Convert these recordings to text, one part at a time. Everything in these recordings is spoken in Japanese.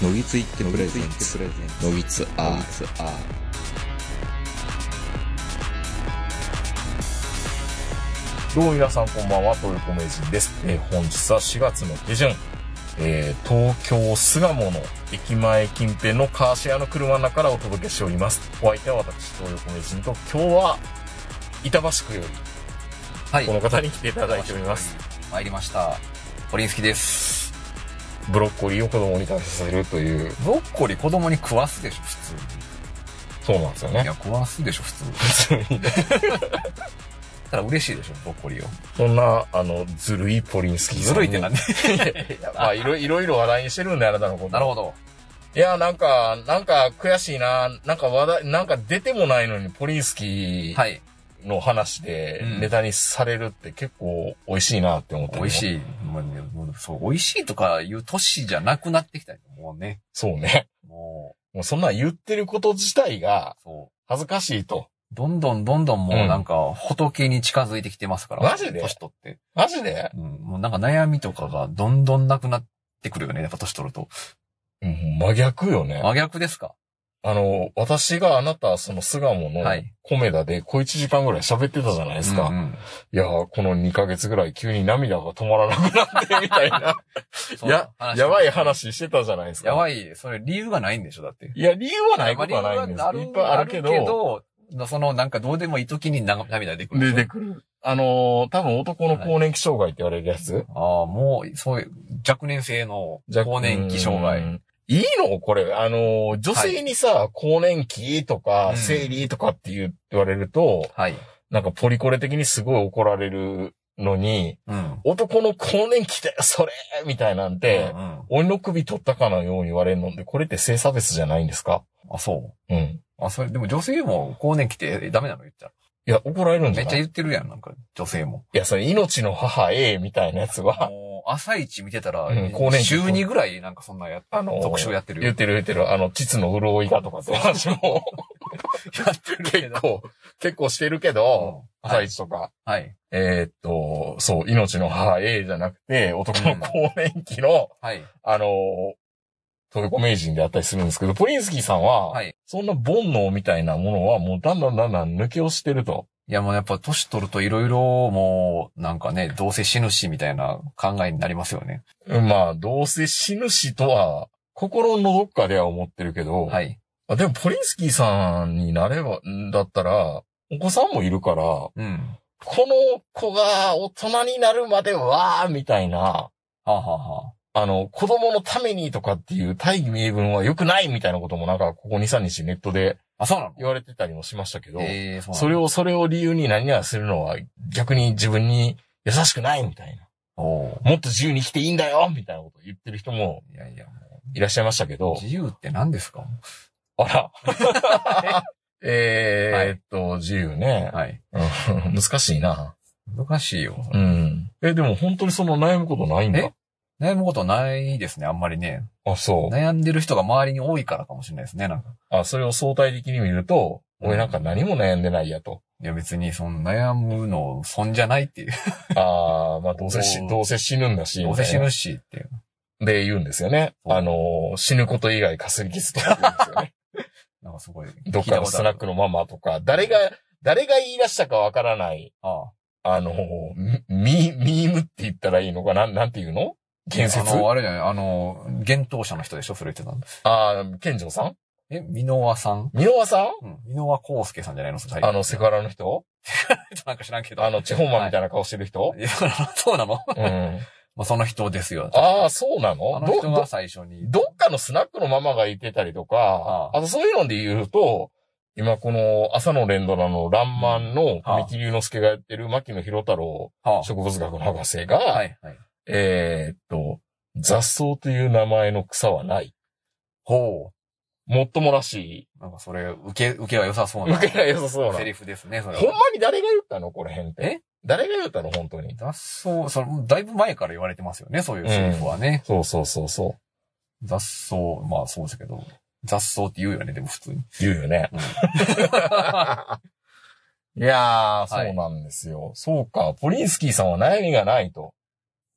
のぎついってプレゼンツのぎつアどうも皆さんこんばんは、東横名人です。本日は4月の下旬、東京巣鴨の駅前近辺のカーシェアの車の中からお届けしております。お相手は私、東横名人と、今日は板橋区より、 はい、 この方に来ていただいております。 参りました。ポリンスキです。 ブロッコリーを子供に食べさせるという。 ブロッコリー子供に食わすでしょ、普通に。 そうなんですよね。 いや、食わすでしょ、普通に。 普通にね。 ただ嬉しいでしょ、ブロッコリーを。 そんな、ずるいポリンスキーさん。 ずるいってなんでまあ、いろいろ話題にしてるんだよ、あなたのこと。 なるほど。 いや、なんか悔しいな。なんか出てもないのにポリンスキーの話でネタにされるって結構美味しいなって思ってる。 美味しい。そう、美味しいとかいう年じゃなくなってきたよ。もうね。 そうね。もうそんなん言ってること自体が恥ずかしいと。 どんどんもうなんか仏に近づいてきてますから。 マジで？ 年取って。 マジで？ もうなんか悩みとかがどんどんなくなってくるよね。やっぱ年取ると。 真逆よね。 真逆ですか？ 私があなた、その巣鴨のコメダで小1時間ぐらい喋ってたじゃないですか。いや、この2ヶ月ぐらい急に涙が止まらなくなって、みたいな。やばい話してたじゃないですか。 やばい。それ理由がないんでしょ、だって。 いや、理由はないことはないんです。いっぱいあるけど、 そのなんかどうでもいい時に涙出てくる。 出てくる。多分男の更年期障害って言われるやつ。 ああ、もう、そういう、若年性の更年期障害。 いいのこれ。女性にさ、更年期とか、生理とかって言われると、なんかポリコレ的にすごい怒られるのに、男の更年期だよ、それみたいなんて、鬼の首取ったかのように言われるので、これって性差別じゃないんですか？ あ、そう。それ、でも女性も更年期ってダメなの言ったら。 いや、怒られるんじゃない？ めっちゃ言ってるやん、なんか、女性も。 いや、それ、命の母 A みたいなやつは。 もう、朝一見てたら、 更年期。 週2ぐらい、なんかそんな特集やってるよ。 言ってる。膣の潤いがとかって話も。 やってるけど。 結構してるけど、朝一とか。そう、命の母 A じゃなくて、男の更年期の、東横名人であったりするんですけど、ポリンスキーさんは、そんな煩悩みたいなものはもうだんだん抜け落ちてると。 いやもうやっぱ年取るといろいろもうなんかね、どうせ死ぬしみたいな考えになりますよね。 まあ、どうせ死ぬしとは、心のどっかでは思ってるけど、でもポリンスキーさんになれば、だったら、お子さんもいるから、この子が大人になるまでは、みたいな、子供のためにとかっていう大義名分は良くないみたいなこともなんかここ2、3日ネットで言われてたりもしましたけど、それを理由に何々するのは逆に自分に優しくないみたいな。もっと自由に生きていいんだよみたいなことを言ってる人もいらっしゃいましたけど。 自由って何ですか？ あら。自由ね。難しいな。 難しいよ。 でも本当にその悩むことないんだ。 悩むことないですね、あんまりね。 あ、そう。 悩んでる人が周りに多いからかもしれないですね、なんか。 それを相対的に見ると、俺なんか何も悩んでないやと。 いや別に、悩むの損じゃないっていう。 まあどうせ死ぬんだし。 どうせ死ぬしっていう。 で言うんですよね。死ぬこと以外かすり傷とか言うんですよね。 なんかすごい。 どっかのスナックのママとか、誰が言い出したかわからない。ミームって言ったらいいのかな？なんていうの？建設？ あれじゃない、幻冬者の人でしょ？それ言ってたん健丈さん？ 箕輪さん？ 箕輪さん？ 箕輪康介さんじゃないの？ セクハラの人？ なんか知らんけど。 地方マンみたいな顔してる人？ そうなの？まあ、その人ですよ。 そうなの？ あの人が最初に。 どっかのスナックのママがいてたりとか、あとそういうので言うと、今この朝の連ドラのランマンの神木隆之介がやってる牧野博太郎植物学の博士が、雑草という名前の草はない。もっともらしい。 なんかそれ、受けが良さそうな。 受けが良さそうな。 セリフですね、それ。 ほんまに誰が言ったのこれ辺って。誰が言ったの本当に。 雑草、だいぶ前から言われてますよね、そういうセリフはね。 そう。 雑草、まあそうですけど。雑草って言うよね、でも普通に。 言うよね。いやー、そうなんですよ。そうか、ポリンスキーさんは悩みがないと。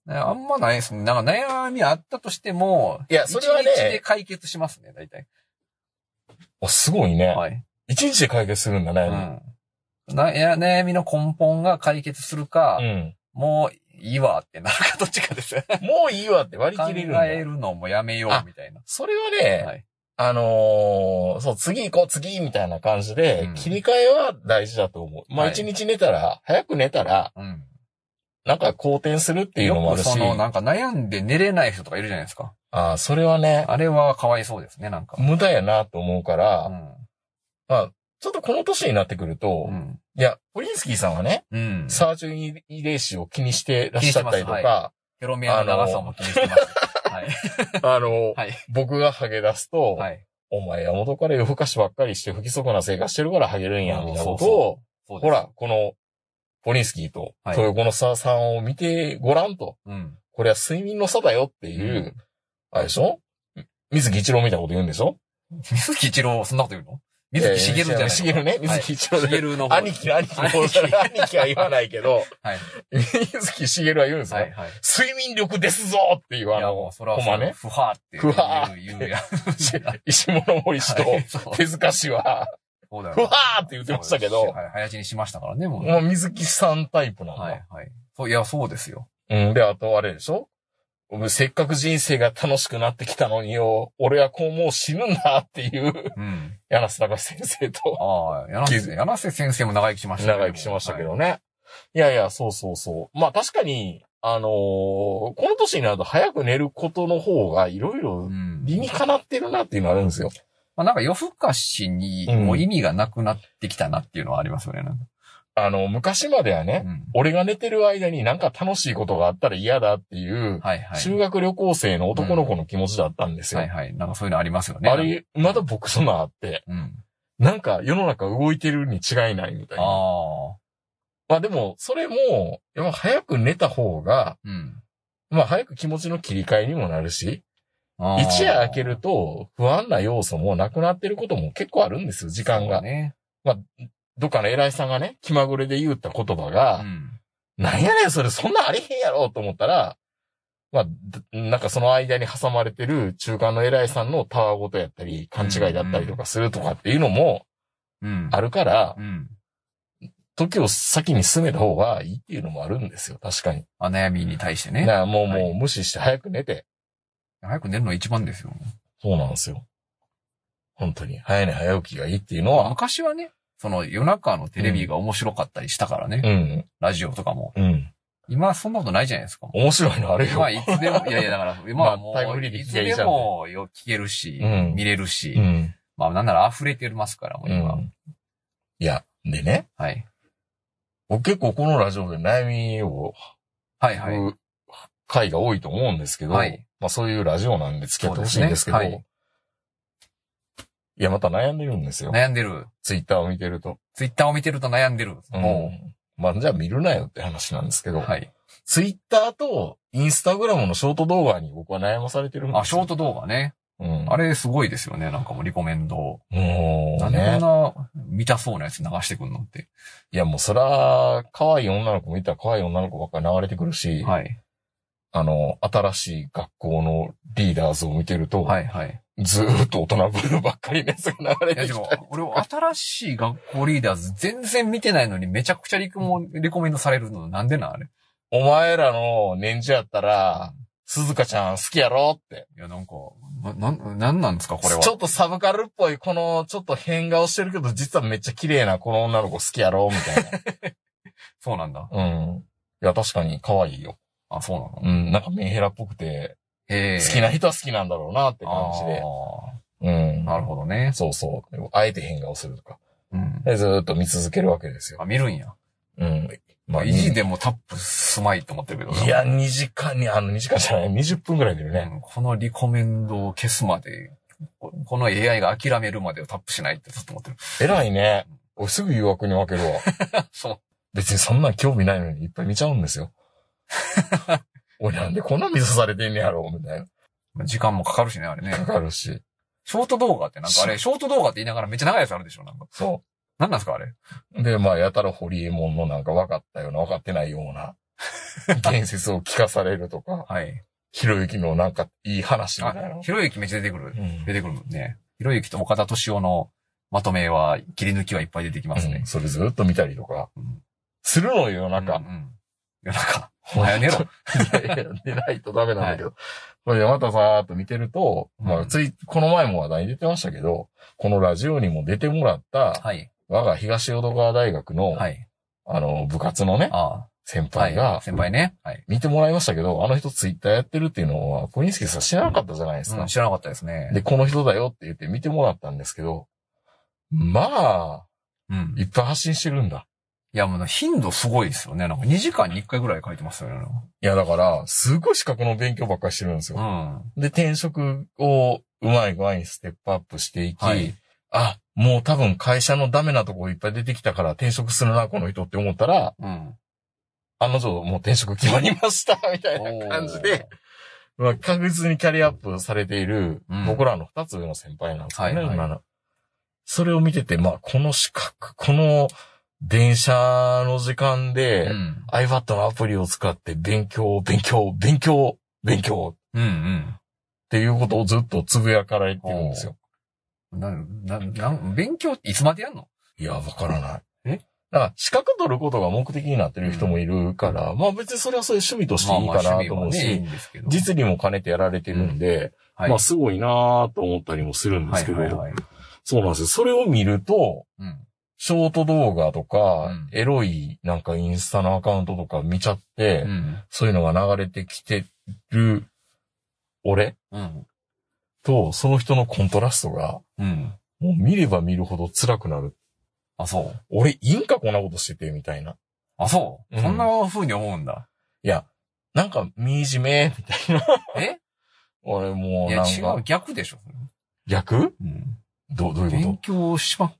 あんまないですね。なんか悩みあったとしても、 いや、それはね。 1日で解決しますね、大体。 すごいね。 はい。 1日で解決するんだね。 悩みの根本が解決するか、もういいわってなるかどっちかですよ。 もういいわって割り切れるんだ。 考えるのもやめようみたいな。 それはね、そう、次行こう、次みたいな感じで、切り替えは大事だと思う。まあ、1日寝たら、早く寝たら、なんか好転するっていうのもあるし。 なんか悩んで寝れない人とかいるじゃないですか。 それはね。 あれはかわいそうですね、なんか。 無駄やなと思うから、まあ、ちょっとこの年になってくると、いや、ポリンスキーさんはね、サーチュイン遺伝子を気にしてらっしゃったりとか、 テロメアの長さも気にしてます。はい。 僕がハゲ出すと、お前は元から夜更かしばっかりして不規則な生活してるからハゲるんや、みたいなことを、ほら、この、ポリンスキーと豊子の沢さんを見てごらんと。これは睡眠の差だよっていう、あれでしょ？水木一郎みたいなこと言うんでしょ？ 水木一郎、そんなこと言うの？水木しげるじゃないしげるね。水木一郎。 しげるの方。 兄貴の方。兄貴は言わないけど、水木しげるは言うんですよ。睡眠力ですぞっていうコマね。 ふはーって言うや。 石物森氏と手塚氏は、ふわーって言ってましたけど。 早死にしましたからね、もう。 もう水木さんタイプなんだ。 いや、そうですよ。 で、あとあれでしょ？せっかく人生が楽しくなってきたのによ、俺はこうもう死ぬんだっていう、柳瀬隆先生と。 柳瀬先生も長生きしましたね。 長生きしましたけどね。いやいや、そうそうそう。まあ確かに、この年になると早く寝ることの方がいろいろ理にかなってるなっていうのがあるんですよ。 まあなんか夜更かしにもう意味がなくなってきたなっていうのはありますよね。 昔まではね、俺が寝てる間になんか楽しいことがあったら嫌だっていう、修学旅行生の男の子の気持ちだったんですよ。 なんかそういうのありますよね。 あれ、まだ僕そんなあって、なんか世の中動いてるに違いないみたいな。まあでも、それも、やっぱ早く寝た方が、まあ早く気持ちの切り替えにもなるし、一夜明けると不安な要素もなくなってることも結構あるんですよ、時間が。まあどっかの偉いさんがね、気まぐれで言った言葉が、なんやねんそれそんなありへんやろと思ったら、まあ、なんかその間に挟まれてる中間の偉いさんのたわごとやったり、勘違いだったりとかするとかっていうのも、あるから、時を先に進めた方がいいっていうのもあるんですよ、確かに。 悩みに対してね。 もう無視して早く寝て。 早く寝るのが一番ですよ。 そうなんですよ。本当に。早寝早起きがいいっていうのは。 昔はね、夜中のテレビが面白かったりしたからね。ラジオとかも。今そんなことないじゃないですか。 面白いのあるよ。 まあいつでも、いやだから、今はもう、いつでも聞けるし、見れるし、まあなんなら溢れてますから、もう今。 いや、でね。僕結構このラジオで悩みを、回が多いと思うんですけど、まあそういうラジオなんで付き合ってほしいんですけど、いや、また悩んでるんですよ。 悩んでる。 ツイッターを見てると。 ツイッターを見てると悩んでる。 まあ、じゃあ見るなよって話なんですけど。ツイッターとインスタグラムのショート動画に僕は悩まされてるんですよ。 ショート動画ね。あれすごいですよね。なんかもうリコメンド。なんでこんな見たそうなやつ流してくんのって。 いや、もうそら、可愛い女の子見たら可愛い女の子ばっかり流れてくるし、新しい学校のリーダーズを見てると、ずーっと大人ぶるばっかりのやつが流れてきたり。 俺、新しい学校リーダーズ全然見てないのにめちゃくちゃリコメンドされるのなんでなんあれ。 お前らの年次やったら、鈴鹿ちゃん好きやろって。 いや、なんか、なんなんですかこれは。 ちょっとサブカルっぽい、この、ちょっと変顔してるけど、実はめっちゃ綺麗なこの女の子好きやろみたいな。 そうなんだ。 いや、確かに可愛いよ。 そうなの？ なんかメンヘラっぽくて、好きな人は好きなんだろうなって感じで。 なるほどね。 そうそう。あえて変顔するとか。でずーっと見続けるわけですよ。 見るんや。まあ、意地でもタップすまいと思ってるけど。 いや、2時間じゃない、20分くらいでるね。 このリコメンドを消すまで、この AI が諦めるまでをタップしないってずっと思ってる。 偉いね。俺すぐ誘惑に分けるわ。 そう。 別にそんなん興味ないのにいっぱい見ちゃうんですよ。俺なんでこんな見さされてんねやろみたいな。時間もかかるしね、あれね。 かかるし。 ショート動画ってなんかあれ、ショート動画って言いながらめっちゃ長いやつあるでしょなんか。 そう。 なんなんすかあれ。 で、まあ、やたらホリエモンのなんか分かったような分かってないような伝説を聞かされるとか、 はい。 ひろゆきのなんかいい話みたいな。 ひろゆきめっちゃ出てくる。出てくるもんね。ひろゆきと岡田敏夫のまとめは、切り抜きはいっぱい出てきますね。 それずっと見たりとか。するのよ、夜中。 夜中。お前寝ろ。 いやいや、寝ないとダメなんだけど。これでまたさーっと見てると、まあ、この前も話題に出てましたけど、このラジオにも出てもらった、我が東淀川大学の、部活のね、先輩が、 先輩ね。 見てもらいましたけど、あの人ツイッターやってるっていうのは、ポリンスキーさん知らなかったじゃないですか。 知らなかったですね。 で、この人だよって言って見てもらったんですけど、まあ、いっぱい発信してるんだ。 いや、もう頻度すごいですよね。なんか2時間に1回ぐらい書いてますよね。 いや、だから、すごい資格の勉強ばっかりしてるんですよ。で、転職をうまい具合にステップアップしていき、もう多分会社のダメなとこいっぱい出てきたから転職するな、この人って思ったら、案の定もう転職決まりました、みたいな感じで、まあ、確実にキャリアアップされている、僕らの2つ上の先輩なんですよね、今の。それを見てて、まあ、この資格、この電車の時間で、iPad のアプリを使って勉強っていうことをずっとつぶやかられてるんですよ。 勉強っていつまでやんの？ いや、わからない。だから、資格取ることが目的になってる人もいるから、まあ別にそれはそういう趣味としていいかなと思うし、実利も兼ねてやられてるんで、まあすごいなぁと思ったりもするんですけど、そうなんですよ。それを見ると、ショート動画とか、エロいなんかインスタのアカウントとか見ちゃって、そういうのが流れてきてる俺、と、その人のコントラストが、もう見れば見るほど辛くなる。 あ、そう。 俺、いいんかこんなことしてて、みたいな。 あ、そう。そんな風に思うんだ。 いや、なんか、みじめ、みたいな。俺もうなんか。 いや、違う、逆でしょ。 逆？どういうこと？ 勉強しまって、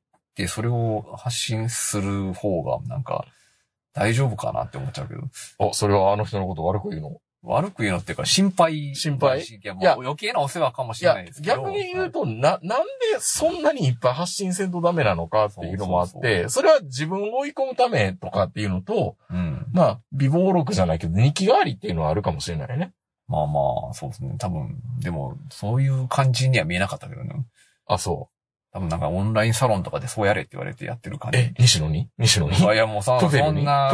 それを発信する方が、なんか、大丈夫かなって思っちゃうけど。 それはあの人のこと悪く言うの？ 悪く言うのっていうか、心配。 いや、もう余計なお世話かもしれないですけど。 逆に言うと、なんでそんなにいっぱい発信せんとダメなのかっていうのもあって、それは自分を追い込むためとかっていうのと、まあ、備忘録じゃないけど、日記代わりっていうのはあるかもしれないね。 まあまあ、そうですね。多分、でも、そういう感じには見えなかったけどね。 あ、そう。 多分なんかオンラインサロンとかでそうやれって言われてやってる感じ。 西野にいやもうそんな。 プフェ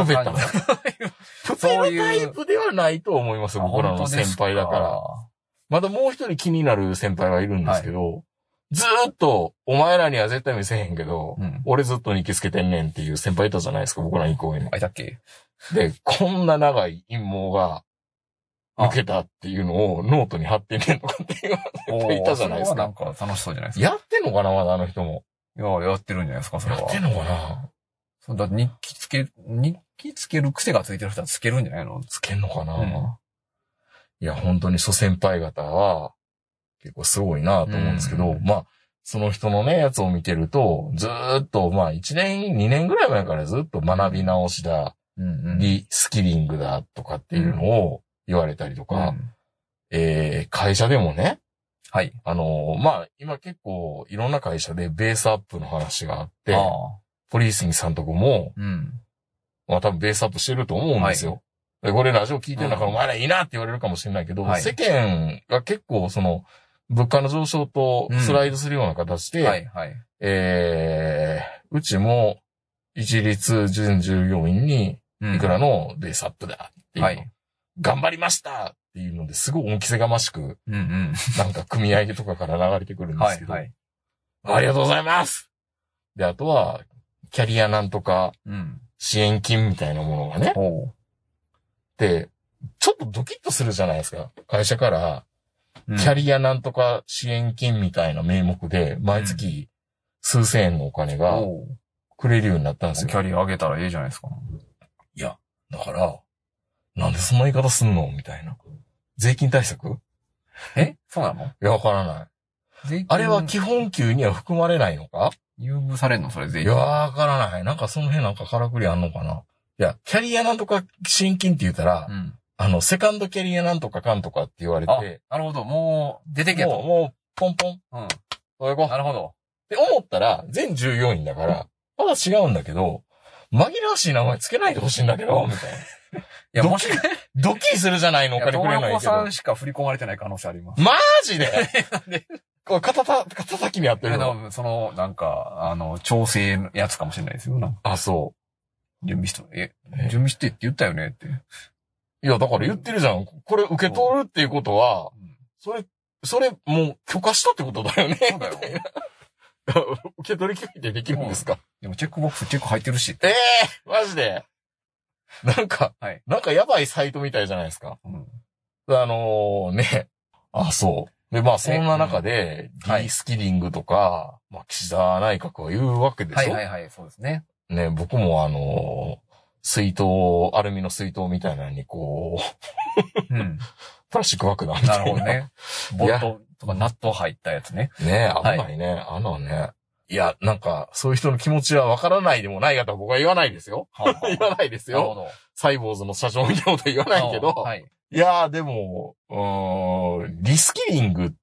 ルタイプではないと思いますよ、僕らの先輩だから。まだもう一人気になる先輩はいるんですけど、ずーっと、お前らには絶対見せへんけど、俺ずっと日記つけてんねんっていう先輩いたじゃないですか、僕らに行こうに。 いたっけ？ で、こんな長い陰謀が、受けたっていうのをノートに貼ってねんとかっていう先輩いたじゃないですか。 なんか楽しそうじゃないですか。 やってんのかな、まだあの人も。 いや、やってるんじゃないですか、それは。 やってんのかな。 そうだ、日記つける癖がついてる人はつけるんじゃないの？ つけんのかな。いや、本当に諸先輩方は、結構すごいなと思うんですけど、まあ、その人のね、やつを見てると、ずーっと、まあ、1年、2年ぐらい前からずっと学び直しだ、リスキリングだとかっていうのを言われたりとか、会社でもね、まあ、今結構いろんな会社でベースアップの話があって、ポリスニさんとこも、まあ多分ベースアップしてると思うんですよ。でこれラジオ聞いてるんだからお前らいいなって言われるかもしれないけど、世間が結構その、物価の上昇とスライドするような形で、うちも一律準従業員にいくらのベースアップだっていう、頑張りましたっていうのですごい恩着せがましく、なんか組合とかから流れてくるんですけど、ありがとうございますで、あとは、キャリアなんとか支援金みたいなものがね、で、ちょっとドキッとするじゃないですか。会社から、キャリアなんとか支援金みたいな名目で、毎月数千円のお金がくれるようになったんですよ。 キャリア上げたらいいじゃないですか。 いや、だから、なんでそんな言い方すんのみたいな。税金対策？ そうなの？ いや、わからない。あれは基本給には含まれないのか？ 優遇されんのそれ税金。 いや、わからない。なんかその辺なんかからくりあんのかな。いや、キャリアなんとか支援金って言ったら、セカンドキャリアなんとかかんとかって言われて。 なるほど。もう、出てけと。 もう、ポンポン。そういうこと。 なるほど。 って思ったら、全従業員だから、まだ違うんだけど、 紛らわしい名前つけないでほしいんだけど、みたいな。いや、もし、ドッキリするじゃないの、お金くれないけど。 さんしか振り込まれてない可能性あります。 マジでこれ、肩たきにやってるの？ なんか、調整のやつかもしれないですよ。 あ、そう。 準備してって言ったよねって。 いや、だから言ってるじゃん。これ受け取るっていうことは、それ、もう許可したってことだよね。そうだよ。受け取り拒否でできるんですか？ でもチェックボックスチェック入ってるし。 マジでなんかやばいサイトみたいじゃないですか。そう。で、まあ、そんな中で、リスキリングとか、まあ、岸田内閣は言うわけでしょ？ はい、そうですね。 ね、僕もアルミの水筒みたいなのにこう、プラスチックバッグなんだ。 なるほどね。ボットとかナット入ったやつね。 ね、危ないね。ね。いや、なんか、そういう人の気持ちはわからないでもない方は僕は言わないですよ。言わないですよ。なるほど。サイボーズの社長みたいなこと言わないけど。いやー、でも、リスキリングって、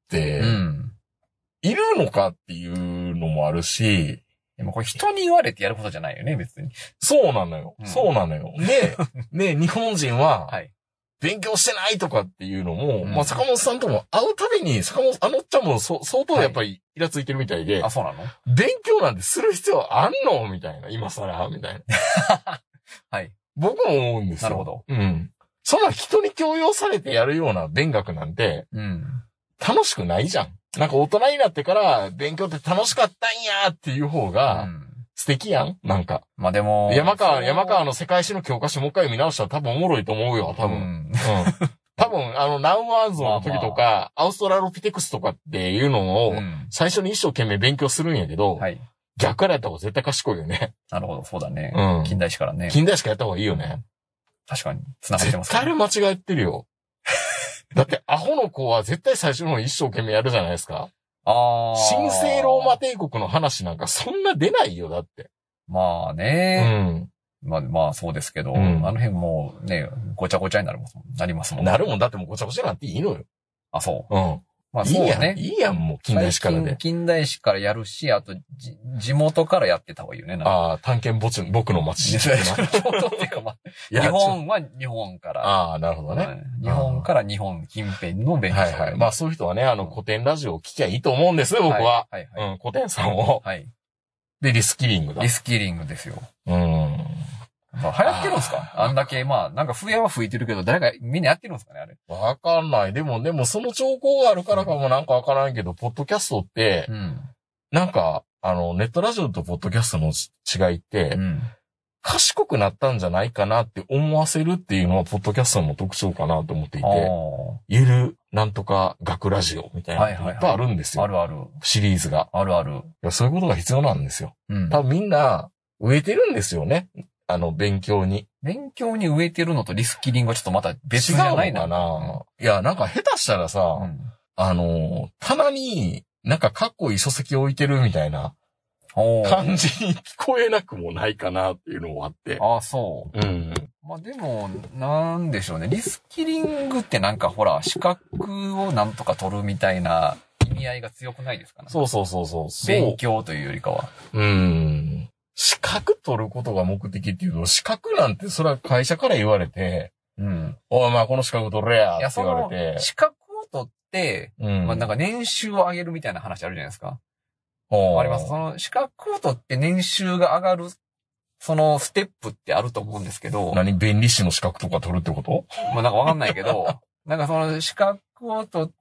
いるのかっていうのもあるし、 でもこれ人に言われてやることじゃないよね、別に。 そうなのよ。そうなのよ。で、日本人は、勉強してないとかっていうのも、まあ、坂本さんとも会うたびに、あのっちゃんも相当やっぱりイラついてるみたいで。 あ、そうなの？ 勉強なんてする必要あんのみたいな。今更みたいな。 はい。 僕も思うんですよ。 なるほど。 そんな人に強要されてやるような勉学なんて、楽しくないじゃん。なんか大人になってから勉強って楽しかったんやっていう方が、素敵やんなんか。 まあでも。 山川の世界史の教科書もう一回見直したら多分おもろいと思うよ、多分。多分、ナウマンゾの時とか、アウストラロピテクスとかっていうのを、最初に一生懸命勉強するんやけど、逆からやった方が絶対賢いよね。 なるほど、そうだね。近代史からね。 近代史からやった方がいいよね。 確かに。繋がってますね。絶対間違えてるよ。だって、アホの子は絶対最初の一生懸命やるじゃないですか。神聖ローマ帝国の話なんかそんな出ないよ、だって。 まあね。まあそうですけど、あの辺もね、ごちゃごちゃになりますもんね。 なるもんだってもうごちゃごちゃになっていいのよ。 あ、そう。 まあそうね。いいやん、もう近代史からで。 近代史からやるし、あと、地元からやってた方がいいよね。 探検僕の街。 地元っていうかまあ、日本は日本から。 なるほどね。 日本から日本近辺の勉強。 まあそういう人はね、古典ラジオを聞きゃいいと思うんですよ、僕は。古典さんを。で、リスキリングだ。 リスキリングですよ。流行ってるんですか？あんだけ、まあ、なんか笛は吹いてるけど、誰かみんなやってるんですかね、あれ。 わかんない。でもその兆候があるからかもなんかわからないけど、ポッドキャストって、なんか、ネットラジオとポッドキャストの違いって、賢くなったんじゃないかなって思わせるっていうのは、ポッドキャストの特徴かなと思っていて、ゆる、なんとか学ラジオみたいなのいっぱいあるんですよ。 あるある。 シリーズが。 あるある。 いや、そういうことが必要なんですよ。多分みんな、植えてるんですよね。勉強に。 勉強に植えてるのとリスキリングはちょっとまた別じゃないのかな。 いや、なんか下手したらさ、棚になんかかっこいい書籍置いてるみたいな感じに聞こえなくもないかなっていうのもあって。 ああ、そう。まあでも、なんでしょうね。リスキリングってなんかほら、資格をなんとか取るみたいな意味合いが強くないですかね。 そう。 勉強というよりかは。 資格取ることが目的っていうと、資格なんてそれは会社から言われて、おい、まあこの資格取れやって言われて。 資格を取って、まあなんか年収を上げるみたいな話あるじゃないですか。あります。その資格を取って年収が上がる、そのステップってあると思うんですけど。 弁理士の資格とか取るってこと？ まあなんかわかんないけど、なんかその資格を取って、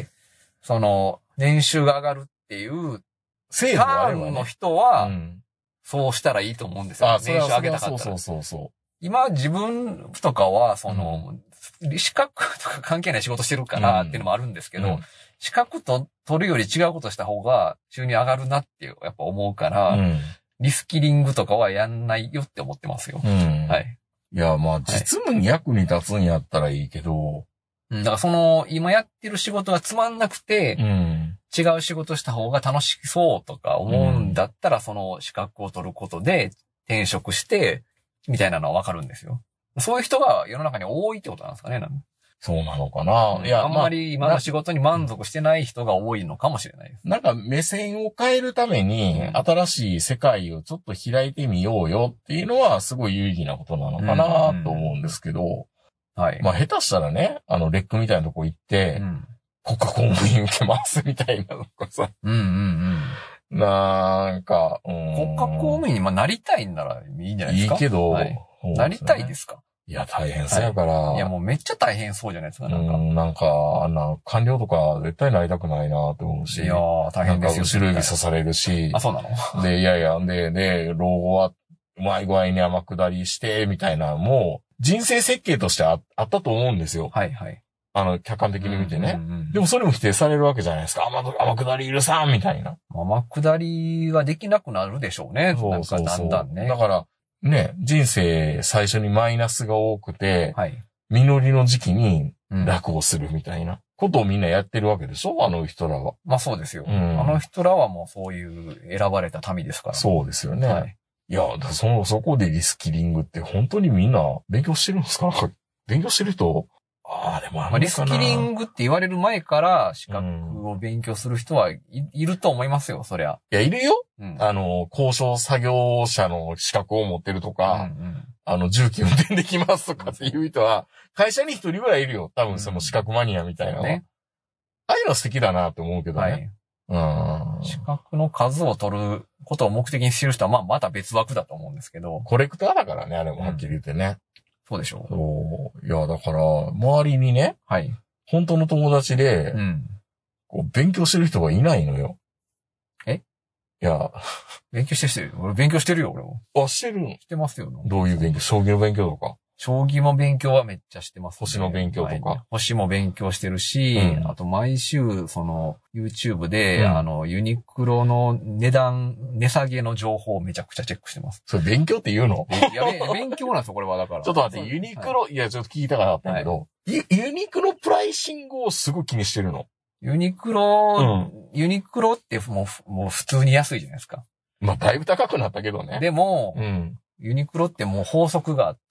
その年収が上がるっていう制度があればね。 の人は、そうしたらいいと思うんですよ。年収上げたかったら。 そう。 今自分とかは、資格とか関係ない仕事してるからっていうのもあるんですけど、資格取るより違うことした方が収入上がるなってやっぱ思うから、リスキリングとかはやんないよって思ってますよ。はい。 いや、まあ実務に役に立つんやったらいいけど、 だから今やってる仕事がつまんなくて、違う仕事した方が楽しそうとか思うんだったら、その資格を取ることで転職して、みたいなのはわかるんですよ。そういう人が世の中に多いってことなんですかね。 そうなのかな。 いや、あんまり今の仕事に満足してない人が多いのかもしれないです。 なんか目線を変えるために、新しい世界をちょっと開いてみようよっていうのはすごい有意義なことなのかなと思うんですけど、 はい。 まあ下手したらね、レックみたいなとこ行って、国家公務員受けますみたいなのかさ。なんか、 国家公務員になりたいんならいいんじゃないですか。 いいけど、 なりたいですか。 いや、大変そうやから。 いや、もうめっちゃ大変そうじゃないですか、 なんか、官僚とか絶対なりたくないなと思うし。 いやー、大変ですよ。 なんか後ろ指刺されるし。 あ、そうなの？ で、いやいや、で、老後はうまい具合に天下りして、みたいな、もう、人生設計としてあったと思うんですよ。 はいはい。 客観的に見てね。でもそれも否定されるわけじゃないですか。天下り許さんみたいな。 天下りはできなくなるでしょうね。なんかだんだんね。 だから、ね、人生最初にマイナスが多くて、 はい。 実りの時期に楽をするみたいなことをみんなやってるわけでしょ、あの人らは。 まあそうですよ。あの人らはもうそういう選ばれた民ですから。 そうですよね。はい。いや、そこでリスキリングって本当にみんな勉強してるんですか？勉強してる人、でもリスキリングって言われる前から資格を勉強する人はいると思いますよ、そりゃ。 いや、いるよ。高所作業者の資格を持ってるとか、重機運転できますとかっていう人は、会社に一人ぐらいいるよ。多分その資格マニアみたいなのは。ああいうの素敵だなって思うけどね。 資格の数を取ることを目的にしてる人は、また別枠だと思うんですけど。 コレクターだからね、あれもはっきり言ってね。 そうでしょう。 そう。いや、だから、周りにね、 はい。 本当の友達で、勉強してる人がいないのよ。 いや。 勉強してる人、俺勉強してるよ、俺も。 してるの？ してますよ。 どういう勉強？将棋の勉強とか？ 将棋も勉強はめっちゃしてます、 星の勉強とか。 星も勉強してるし、あと毎週、YouTube で、ユニクロの値下げの情報をめちゃくちゃチェックしてます。 それ勉強って言うの？ いや、勉強なんですよ、これはだから。 ちょっと待って、ユニクロ、いや、ちょっと聞きたかったんだけど、ユニクロプライシングをすごい気にしてるの？ ユニクロってもう普通に安いじゃないですか。 まあ、だいぶ高くなったけどね。 でも、ユニクロってもう法則があって、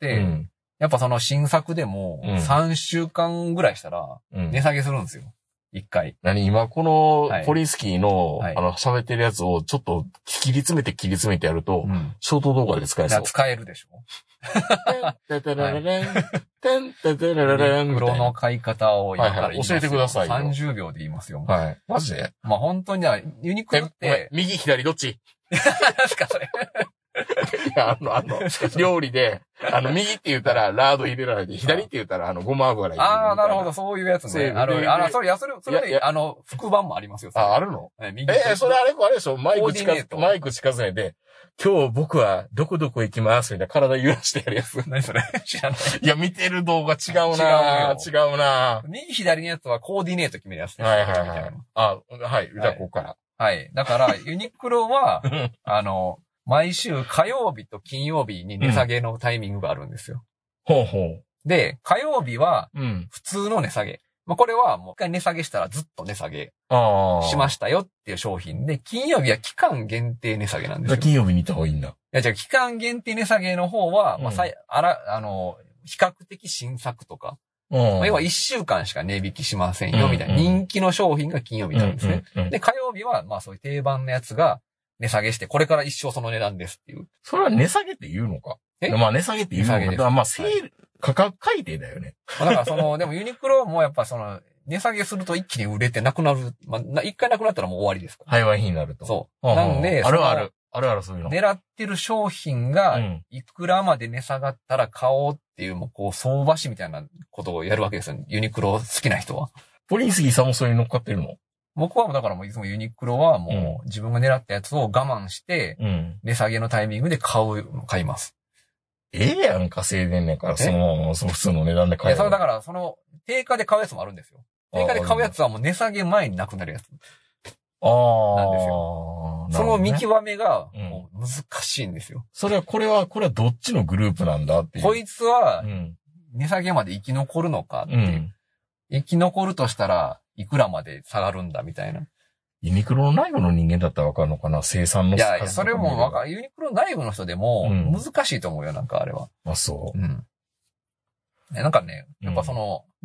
やっぱその新作でも3週間ぐらいしたら値下げするんですよ。1回。 今このポリンスキーの喋ってるやつをちょっと切り詰めてやると、ショート動画で使えそう。 使えるでしょ。 テテラレレン、テンテテラレレン。 ユニクロの買い方を今から教えてくださいよ。 30秒で言いますよ。 はい。マジで？ まあ本当にユニクロって。 右左どっち？ 何すかそれ。 いや、料理で、右って言ったらラード入れられて、左って言ったらごま油入れる。 ああ、なるほど、そういうやつね。それで、副番もありますよ。 あるの？ 右。 それあれでしょ？マイク近づねて、今日僕はどこどこ行きますみたいな体揺らしてやるやつ。 何それ？知らない。 いや、見てる動画違うな。 右左のやつはコーディネート決めるやつ。 はい。はい。じゃあ、ここから。 はい。だから、ユニクロは、毎週火曜日と金曜日に値下げのタイミングがあるんですよ。 ほう。 で、火曜日は、普通の値下げ。まあ、これはもう一回値下げしたらずっと値下げしましたよっていう商品で、金曜日は期間限定値下げなんですよ。 金曜日に行った方がいいんだ。 いや、じゃあ期間限定値下げの方は、まあ、比較的新作とか、要は1週間しか値引きしませんよ、みたいな。人気の商品が金曜日なんですね。で、火曜日は、まあそういう定番のやつが値下げして、これから一生その値段ですっていう。 それは値下げって言うのか？まあ値下げって言うのか。だからまあセール、価格改定だよね。 だからでもユニクロもやっぱ値下げすると一気に売れてなくなる。まあ、一回なくなったらもう終わりですから。 廃売品になると。 そう。なんで、 あるそういうの。 狙ってる商品が、いくらまで値下がったら買おうっていう、もうこう、相場師みたいなことをやるわけですよ。ユニクロ好きな人は。 ポリンスキーさんもそれに乗っかってるの？ 僕はだからもういつもユニクロはもう自分が狙ったやつを我慢して、値下げのタイミングで買います。 やん、稼いでんねんから、その普通の値段で買える。 いや、だから定価で買うやつもあるんですよ。定価で買うやつはもう値下げ前になくなるやつ。なんですよ。その見極めが難しいんですよ。 これはどっちのグループなんだっていう。 こいつは、値下げまで生き残るのかっていう。生き残るとしたら、いくらまで下がるんだみたいな。 ユニクロの内部の人間だったらわかるのかな？生産の。 いや、それもユニクロ内部の人でも難しいと思うよ、なんかあれは。 あ、そう。 なんかね、やっぱ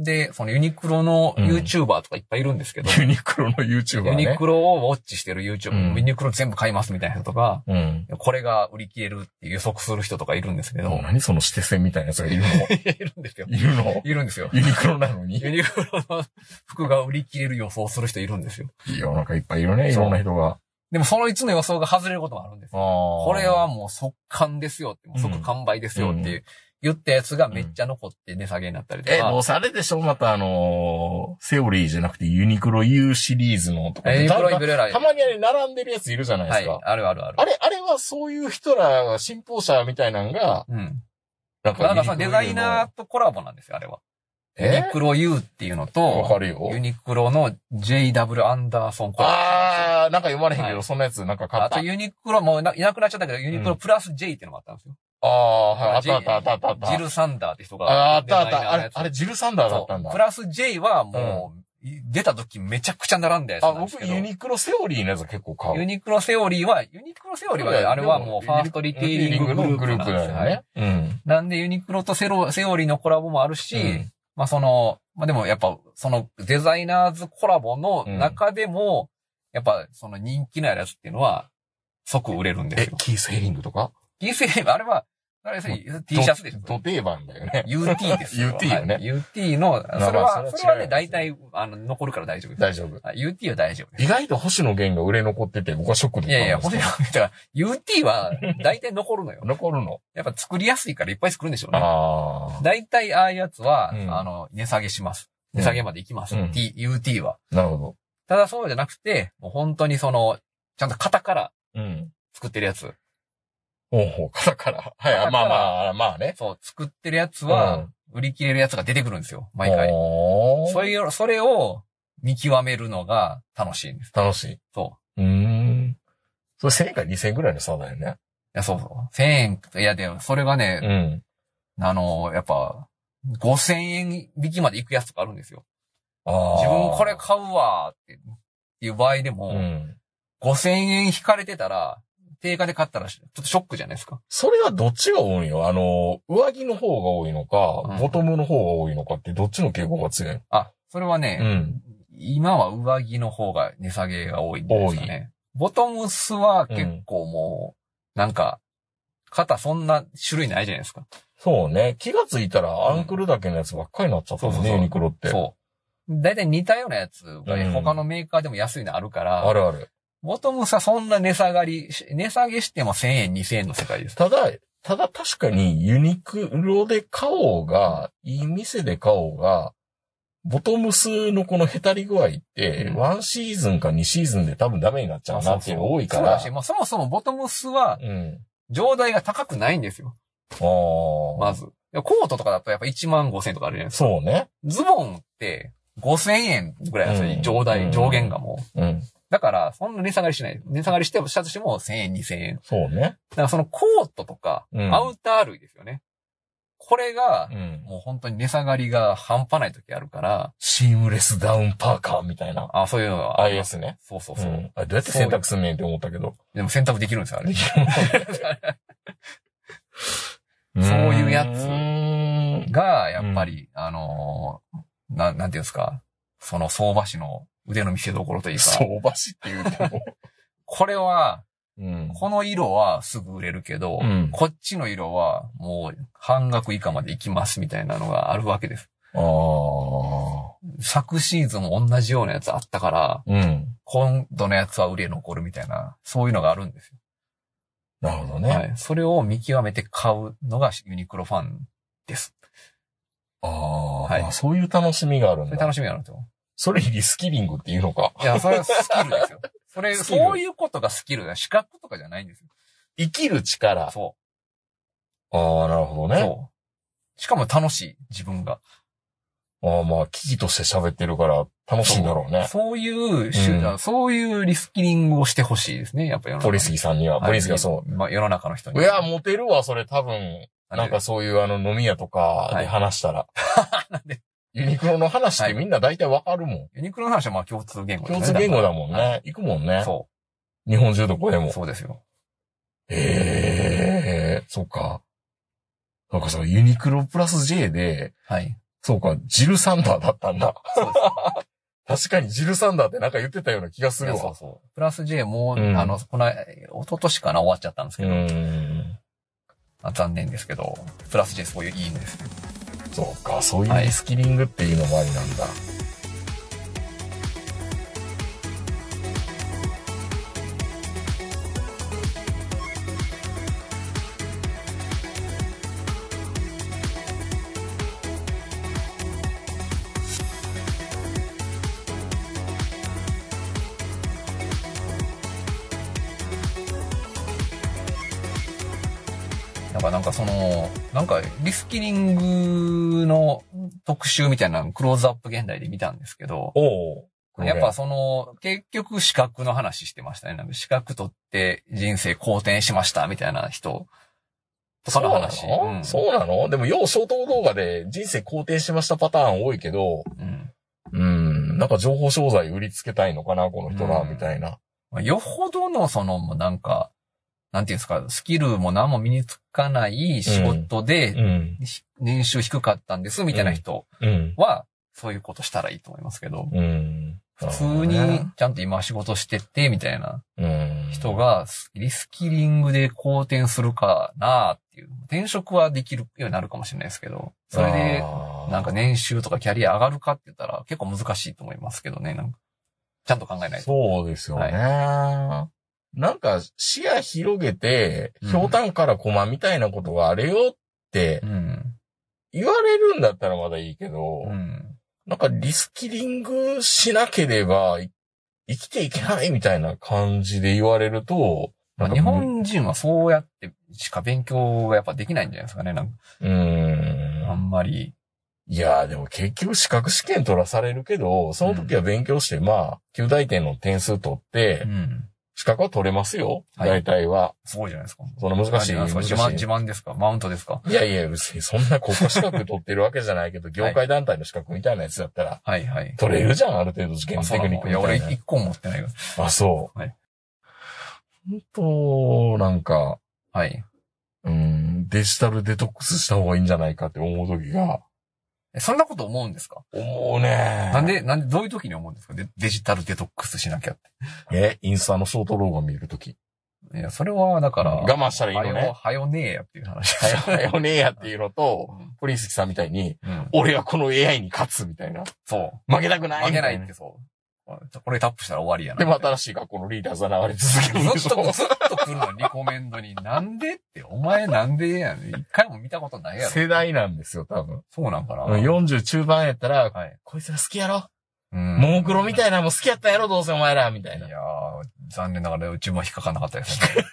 で、そのユニクロの YouTuber とかいっぱいいるんですけど。 ユニクロの YouTuber ね。 ユニクロをウォッチしてる YouTuber、ユニクロ全部買いますみたいな人とか、これが売り切れるって予測する人とかいるんですけど。 何その指定線みたいなやつがいるのいるんですよ。 いるのいるんですよ。 ユニクロなのにユニクロの服が売り切れる予想する人いるんですよ。 世の中いっぱいいるね、いろんな人が。 でもそのいつの予想が外れることもあるんですよ。これはもう即完ですよって、即完売ですよっていう。言ったやつがめっちゃ残って値下げになったりとか。 どうせあれでしょまたセオリーじゃなくてユニクロ U シリーズのとか。ユニクロイベルライ。たまにあれ並んでるやついるじゃないですか。はい、 あるあるある。 あれはそういう人ら、信奉者みたいなのが、 なんかそのデザイナーとコラボなんですよ、あれは。ユニクロ U っていうのと、 わかるよ。 ユニクロの JW アンダーソンコラボ。 なんか読まれへんけど、そんなやつなんか買った。 あとユニクロもいなくなっちゃったけど、ユニクロプラス J っていうのもあったんですよ。 はい、あった。 ジル・サンダーって人が。 あった。あれジル・サンダーだったんだ。 プラス J はもう、出た時めちゃくちゃ並んだやつなんですけど。 僕ユニクロセオリーのやつ結構買う。 ユニクロセオリーは、あれはもうファーストリテイリンググループなんですよね。なんでユニクロとセオリーのコラボもあるし、でもやっぱ、そのデザイナーズコラボの中でも、やっぱその人気のあるやつっていうのは、即売れるんですよ。 キース・ヘリングとかキース・ヘリング、あれは、T シャツでしょ。 ド定番だよね。 UT ですよ。 UT よね。 UT の、それはね、大体、残るから大丈夫です。 大丈夫。 UT は大丈夫です。 意外と星野源が売れ残ってて、僕はショックでした。 いや、星野源は、UT は大体残るのよ。 残るの。 やっぱ作りやすいからいっぱい作るんでしょうね。大体ああいうやつは、値下げします。値下げまで行きます。UT は。 なるほど。 ただそうじゃなくて、もう本当にちゃんと型から作ってるやつ。 型から。はい、まあね。 そう、作ってるやつは、売り切れるやつが出てくるんですよ、毎回。それを見極めるのが楽しいんです。 楽しい。 そう。 それ1000円か2000円ぐらいの差だよね。 いや、そう。1000円、いや、でも、それがね、やっぱ、5000円引きまで行くやつとかあるんですよ。自分これ買うわっていう場合でも、5000円引かれてたら、定価で買ったらちょっとショックじゃないですか。 それはどっちが多いよ上着の方が多いのか、ボトムの方が多いのかってどっちの傾向が強いの？ それはね、今は上着の方が値下げが多いんですよね。ボトムスは結構もう、なんか、肩そんな種類ないじゃないですか。 そうね。気がついたらアンクルだけのやつばっかりになっちゃったもんね、ユニクロって。 そう。だいたい似たようなやつが他のメーカーでも安いのあるから。 あるある。 ボトムスはそんな値下げしても1000円、2000円の世界です。 ただ確かにユニクロで買おうが、いい店で買おうが、ボトムスのこのへたり具合って、1シーズンか2シーズンで多分ダメになっちゃうなっていうのが多いから。 そうだし、そもそもボトムスは、上代が高くないんですよ。まず。コートとかだとやっぱ1万5000円とかあるじゃないですか。 そうね。 ズボンって5000円ぐらいなんですよ、上限がもう。だから、そんな値下がりしない。値下がりしたとしても1000円、2000円。 そうね。だからそのコートとか、アウター類ですよね。これが、もう本当に値下がりが半端ない時あるから。 シームレスダウンパーカーみたいな。 そういうのが。 ああいうやつね。 そう。どうやって選択すんねんって思ったけど。 でも選択できるんですよ、あれ。そういうやつが、やっぱり、なんていうんですか。その相場師の腕の見せ所というか。 相場師って言うても。 これは、この色はすぐ売れるけど、こっちの色はもう半額以下まで行きますみたいなのがあるわけです。昨シーズンも同じようなやつあったから、今度のやつは売れ残るみたいな、そういうのがあるんですよ。 なるほどね。 はい。それを見極めて買うのがユニクロファンです。 そういう楽しみがあるんだ。 そういう楽しみがあるんですよ。 それリスキリングっていうのか。 いや、それはスキルですよ。そういうことがスキルだ。資格とかじゃないんですよ。 生きる力。 そう。 なるほどね。 そう。しかも楽しい、自分が。 危機として喋ってるから楽しいんだろうね。 そういうリスキリングをしてほしいですね、やっぱ世の中。 ポリスギーさんには。ポリスギーはそう。 世の中の人に。 いや、モテるわ、それ多分。なんかそういう飲み屋とかで話したら。 なんでユニクロの話ってみんな大体わかるもん。 ユニクロの話は共通言語ですね。共通言語だもんね。行くもんね。そう。日本中どこでも。 そうですよ。 そうか。なんかユニクロプラス J で、 そうか、ジルサンダーだったんだ。 そうです。 確かにジルサンダーってなんか言ってたような気がするわ。 そうそう。プラス J も、一昨年かな終わっちゃったんですけど。残念ですけど、プラス J そういういいんですね。 そうか、そういうリスキリングっていうのもありなんだ。 なんかリスキリングの特集みたいなのクローズアップ現代で見たんですけど、やっぱ結局資格の話してましたね。なんか資格取って人生好転しましたみたいな人とかの話。 そうなのでも、ショート動画で人生好転しましたパターン多いけど、なんか情報商材売りつけたいのかな、この人ら、みたいな。 よほどのなんか、なんていうんですか、スキルも何も身につかない仕事で、年収低かったんです、みたいな人は、そういうことしたらいいと思いますけど、普通にちゃんと今仕事してて、みたいな人が、リスキリングで好転するかなっていう。転職はできるようになるかもしれないですけど、それで、なんか年収とかキャリア上がるかって言ったら結構難しいと思いますけどね、なんか。ちゃんと考えないと。 そうですよね。なんか視野広げて、ひょうたんからコマみたいなことがあれよって言われるんだったらまだいいけど、なんかリスキリングしなければ生きていけないみたいな感じで言われると、 日本人はそうやってしか勉強がやっぱできないんじゃないですかね、なんか。あんまり。 いやーでも結局資格試験取らされるけど、その時は勉強して、9大点の点数取って、資格は取れますよ。大体は。 すごいじゃないですか。 その難しい。 自慢ですか？マウントですか？ いやいや、そんな国家資格取ってるわけじゃないけど、業界団体の資格みたいなやつだったら、取れるじゃん、ある程度受験テクニックみたいな。 いや、俺一個も持ってないよ。 あ、そう。本当、なんか、デジタルデトックスした方がいいんじゃないかって思う時が。 そんなこと思うんですか？ 思うね。 なんで、どういう時に思うんですか？デジタルデトックスしなきゃって。 インスタのショート動画見るとき。 いや、それは、だから、 我慢したらいいのね。 はよねえやっていう話。 はよねえやっていうのと、ポリスキさんみたいに、俺はこの AI に勝つみたいな。 そう。 負けたくない負けないってそう。これタップしたら終わりやな。 でも新しい学校のリーダーズは流れ続けるんでしょ。 ずっと来るのリコメンドに。なんでって、お前なんでやねん。一回も見たことないやろ。 世代なんですよ、多分。 そうなんかな。 40中盤やったら、こいつら好きやろ。モンクロみたいなのも好きやったやろ、どうせお前ら、みたいな。 いやー、残念ながらうちも引っかかんなかったですね。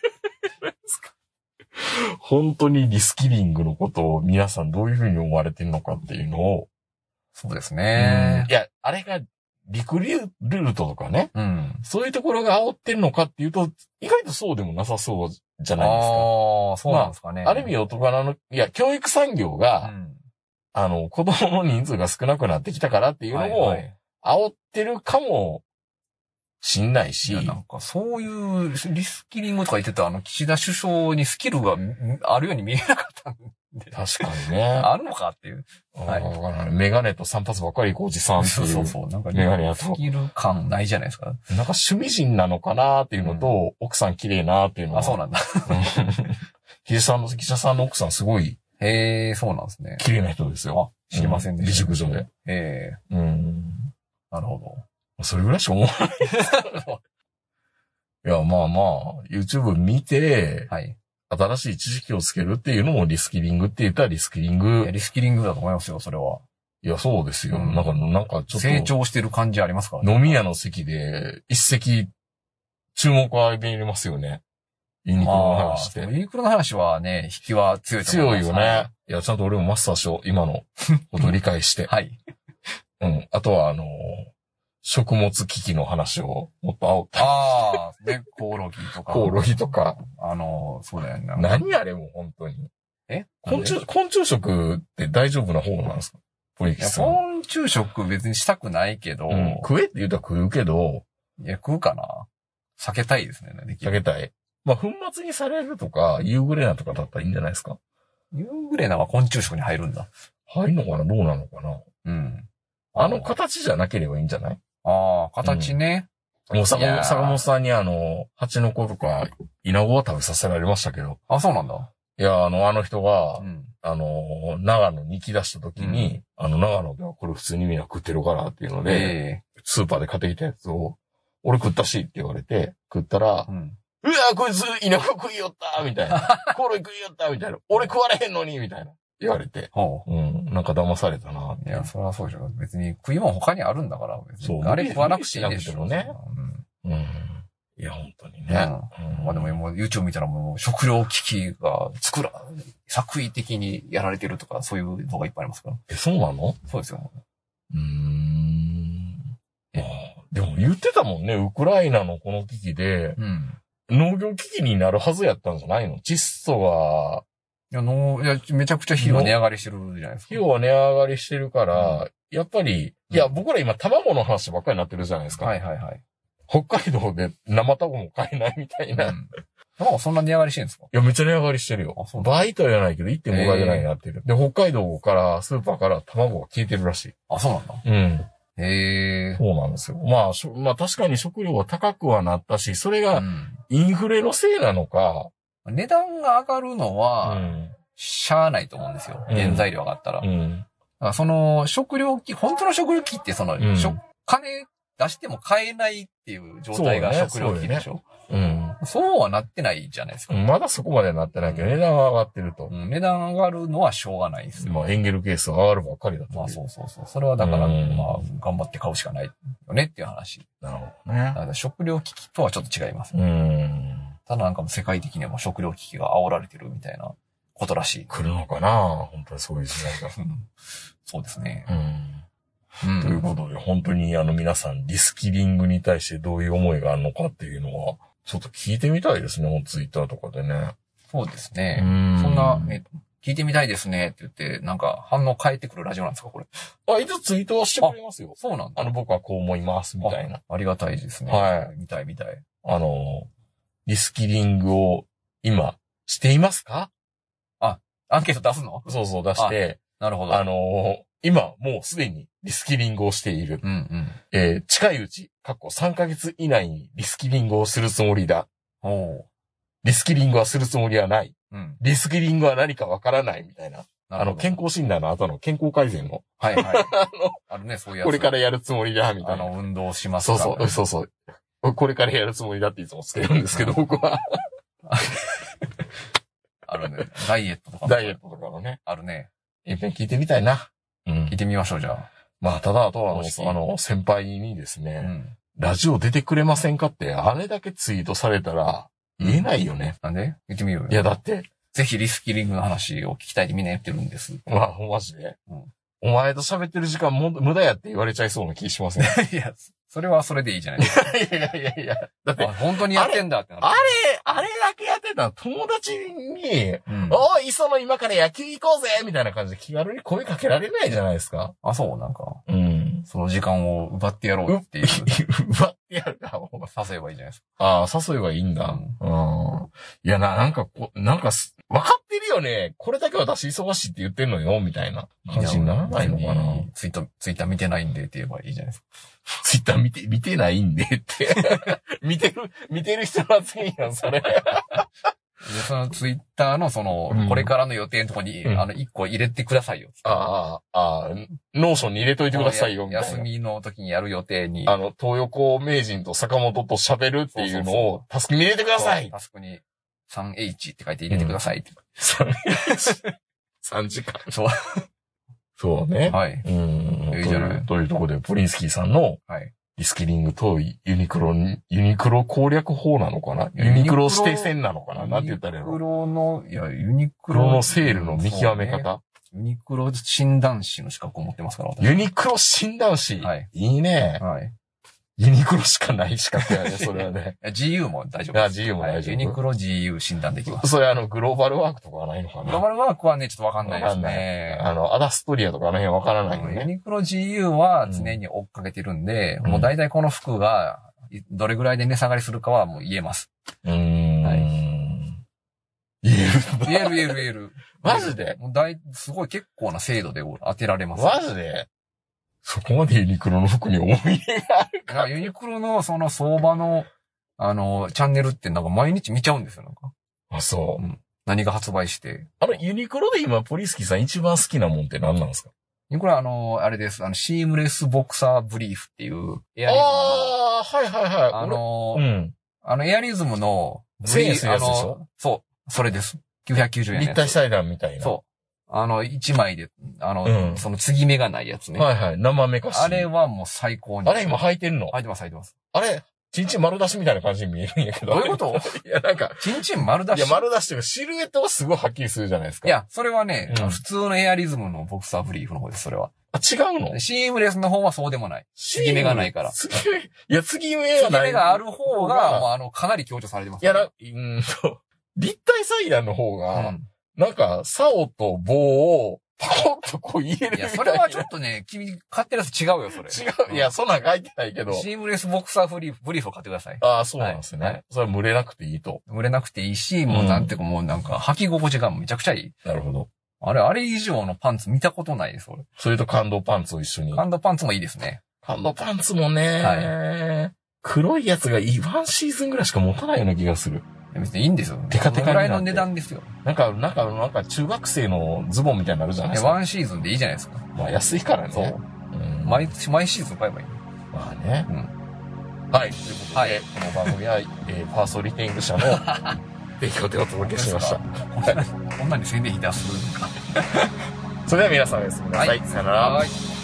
本当にリスキリングのことを皆さんどういうふうに思われてるのかっていうのを。 そうですね。 いや、あれが、リクルートとかね。そういうところが煽ってるのかっていうと、意外とそうでもなさそうじゃないですか。 ああ、そうなんですかね。 ある意味教育産業が、子供の人数が少なくなってきたからっていうのも、煽ってるかもしんないし。 なんかそういうリスキリングとか言ってた岸田首相にスキルがあるように見えなかったんで。 確かにね。 あるのかっていう。 メガネと散髪ばっかり行こうおじさんっていう。 そう。なんかメガネやと。スキル感ないじゃないですか。 なんか趣味人なのかなっていうのと、奥さん綺麗なっていうのは。 あ、そうなんだ。 記者さんの奥さんすごい。 へえ、そうなんですね。 綺麗な人ですよ。 あ、知りませんでした。 美淑女で。 なるほど。 それぐらいしか思わないですいや、YouTube 見て、新しい知識をつけるっていうのもリスキリングって言ったらリスキリング。 リスキリングだと思いますよ、それは。 いや、そうですよ。なんかちょっと。 成長してる感じありますからね。 飲み屋の席で一席注目を浴びれますよね。ユニクロの話って。 ユニクロの話はね、引きは強いと思います。 強いよね。いや、ちゃんと俺もマスターしよう。今のことを理解して。あとは食物危機の話をもっと煽った。 ああ、ね、コオロギとか。 コオロギとか。 そうだよね。 何あれも本当に。昆虫食って大丈夫な方なんですか？ポリキさん。 昆虫食別にしたくないけど。 食えって言うたら食うけど。 いや、食うかな。避けたいですね。 避けたい。粉末にされるとか、ユーグレナとかだったらいいんじゃないですか？ ユーグレナは昆虫食に入るんだ。 入んのかなどうなのかなうん。 あの形じゃなければいいんじゃない？ ああ、形ね。 もう坂本さんに蜂の子とか、イナゴは食べさせられましたけど。 あ、そうなんだ。 いや、あの人が、長野に行き出した時に、長野ではこれ普通にみんな食ってるからっていうので、スーパーで買ってきたやつを、俺食ったしって言われて、食ったら、うわ、こいつイナゴ食いよったみたいな。これ食いよったみたいな。俺食われへんのにみたいな。言われて。なんか騙されたなって。 いや、それはそうでしょ。別に食い物他にあるんだから、別に。あれ食わなくていいでしょ。ね。いや、本当にね。まあでも、YouTube 見たらもう食糧危機が作為的にやられてるとか、そういう動画いっぱいありますから。 そうなの？ そうですよ。 でも言ってたもんね、ウクライナのこの危機で、農業危機になるはずやったんじゃないの？窒素が、 めちゃくちゃ費用値上がりしてるじゃないですか。 費用は値上がりしてるから、やっぱり、僕ら今卵の話ばっかりになってるじゃないですか。 はいはいはい。 北海道で生卵も買えないみたいな。 卵そんな値上がりしてるんですか？ いや、めっちゃ値上がりしてるよ。倍とは言わないけど、1.5 倍ぐらいになってる。で、北海道からスーパーから卵が消えてるらしい。 あ、そうなんだ。 そうなんですよ。まあ確かに食料は高くはなったし、それがインフレのせいなのか。 値段が上がるのは、しゃあないと思うんですよ。原材料上がったら。だからその食料危機、本当の食料危機って金出しても買えないっていう状態が食料危機でしょ。そうはなってないじゃないですか。 まだそこまではなってないけど、値段は上がってると。 値段上がるのはしょうがないですよ。 まあ、エンゲル係数上がるばっかりだと。 まあ、そう。それはだから、頑張って買うしかないよねっていう話。 なるほどね。 だから食料危機とはちょっと違います。ただなんかもう世界的にはもう食料危機が煽られてるみたいなことらしい。 来るのかな？本当にそういう時代が。 そうですね。 ということで、本当に皆さんリスキリングに対してどういう思いがあるのかっていうのは、ちょっと聞いてみたいですね、ツイッターとかでね。 そうですね。そんな、聞いてみたいですねって言って、なんか反応変えてくるラジオなんですか、これ。 いつツイートはしてくれますよ。 そうなんだ。 僕はこう思います、みたいな。 ありがたいですね。 はい。 見たい。 リスキリングを今、していますか？ アンケート出すの？ そう、出して。 なるほど。 今、もうすでにリスキリングをしている。近いうち、3ヶ月以内にリスキリングをするつもりだ。リスキリングはするつもりはない。リスキリングは何かわからないみたいな。健康診断の後の健康改善の。 はい。あるね、そういうやつ。 これからやるつもりだ、みたいな。 運動しますから。そう。これからやるつもりだっていつもつけるんですけど、僕は。 あるね。ダイエットとかのね。 あるね。 一遍聞いてみたいな。 聞いてみましょう、じゃあ。 まあ、ただ、あとは、先輩にですね、ラジオ出てくれませんかって、あれだけツイートされたら、言えないよね。 なんで？言ってみようよ。 いや、だって。 ぜひリスキリングの話を聞きたいってみんな言ってるんです。 マジで。お前と喋ってる時間無駄やって言われちゃいそうな気しません？ いや、それはそれでいいじゃないですか。 いや。だって、 本当にやってんだってなる。 あれだけやってたら友達に、おい、磯野今から野球行こうぜみたいな感じで気軽に声かけられないじゃないですか。 なんか。その時間を奪ってやろうっていう。 奪ってやるか。 誘えばいいじゃないですか。 誘えばいいんだ。いやなんか、分かってるよね。これだけ私忙しいって言ってんのよ、みたいな感じにならないのかな。 ツイッター見てないんでって言えばいいじゃないですか。 ツイッター見てないんでって。見てる人はついやん、それ。 で、そのツイッターのこれからの予定のとこに、1個入れてくださいよ。 ノーションに入れといてくださいよ、みたいな。 休みの時にやる予定に。 東横名人と坂本と喋るっていうのをタスクに入れてください。 タスクに 3H って書いて入れてくださいって。 3時間。そうね。 はい。いいじゃない。 というところで、ポリンスキーさんの、リスキリングとユニクロ攻略法なのかな？ユニクロ指定線なのかな？なんて言ったらいいの？ ユニクロのセールの見極め方？ ユニクロ診断士の資格を持ってますから、私。 ユニクロ診断士？いいね。ユニクロしかない資格やね、それはね。 GU も大丈夫です。 GU も大丈夫。 ユニクロ GU 診断できます。 それグローバルワークとかはないのかな？ グローバルワークはね、ちょっとわかんないですね。 アダストリアとかあの辺わからないよね。 ユニクロ GU は常に追っかけてるんで、もう大体この服がどれぐらいで値下がりするかはもう言えます。 言える言える。 マジでもうすごい結構な精度で当てられます。 マジでそこまでユニクロの服に思い入れがあるか。 ユニクロのその相場の、チャンネルってなんか毎日見ちゃうんですよ、なんか。 あ、そう。 何が発売して。 ユニクロで今、ポリスキーさん一番好きなもんって何なんですか？ これはあれです。シームレスボクサーブリーフっていうエアリズムの。 はいはいはい。 エアリズムの 1000円するやつでしょ？ そう。それです。990円。 立体裁断みたいな。 そう。1枚で、その継ぎ目がないやつね。 はいはい。生めかしい。 あれはもう最高に。 あれ今履いてんの？ 履いてます。 あれチンチン丸出しみたいな感じに見えるんやけど。 どういうこと？ いや、なんか。 チンチン丸出し？ いや、丸出しというか、シルエットはすごいはっきりするじゃないですか。 いや、それはね、普通のエアリズムのボクサーブリーフの方です、それは。 あ、違うの？ シームレスの方はそうでもない。継ぎ目がないから。 継ぎ目がない。継ぎ目がある方が、もうかなり強調されてます、 ね。いや、立体裁断の方が、なんか、竿と棒を、ポコッとこう入れるみたいな。 いや、それはちょっとね、君、買ってるやつ違うよ、それ。 違う。いや、そんなん書いてないけど。 シームレスボクサーブリーフを買ってください。 ああ、そうなんですね。はい、それは蒸れなくていいと。 蒸れなくていいし、もうなんていうかもうなんか、履き心地がめちゃくちゃいい。 なるほど。 あれ以上のパンツ見たことないです、俺。 それと感動パンツを一緒に。 感動パンツもいいですね。 感動パンツもね、はい、黒いやつがワンシーズンぐらいしか持たないような気がする。 別にいいんですよ。 テカテカになって。ぐらいの値段ですよ。 なんか中学生のズボンみたいになるじゃないですか。 ワンシーズンでいいじゃないですか。 まあ安いからね。 そう。毎シーズン買えばいい。 まあね。はい。ということで、この番組は、パーソリテイング社の出来事でお届けしました。 こんなに宣伝費出すのか。 それでは皆さんおやすみなさい。さよなら。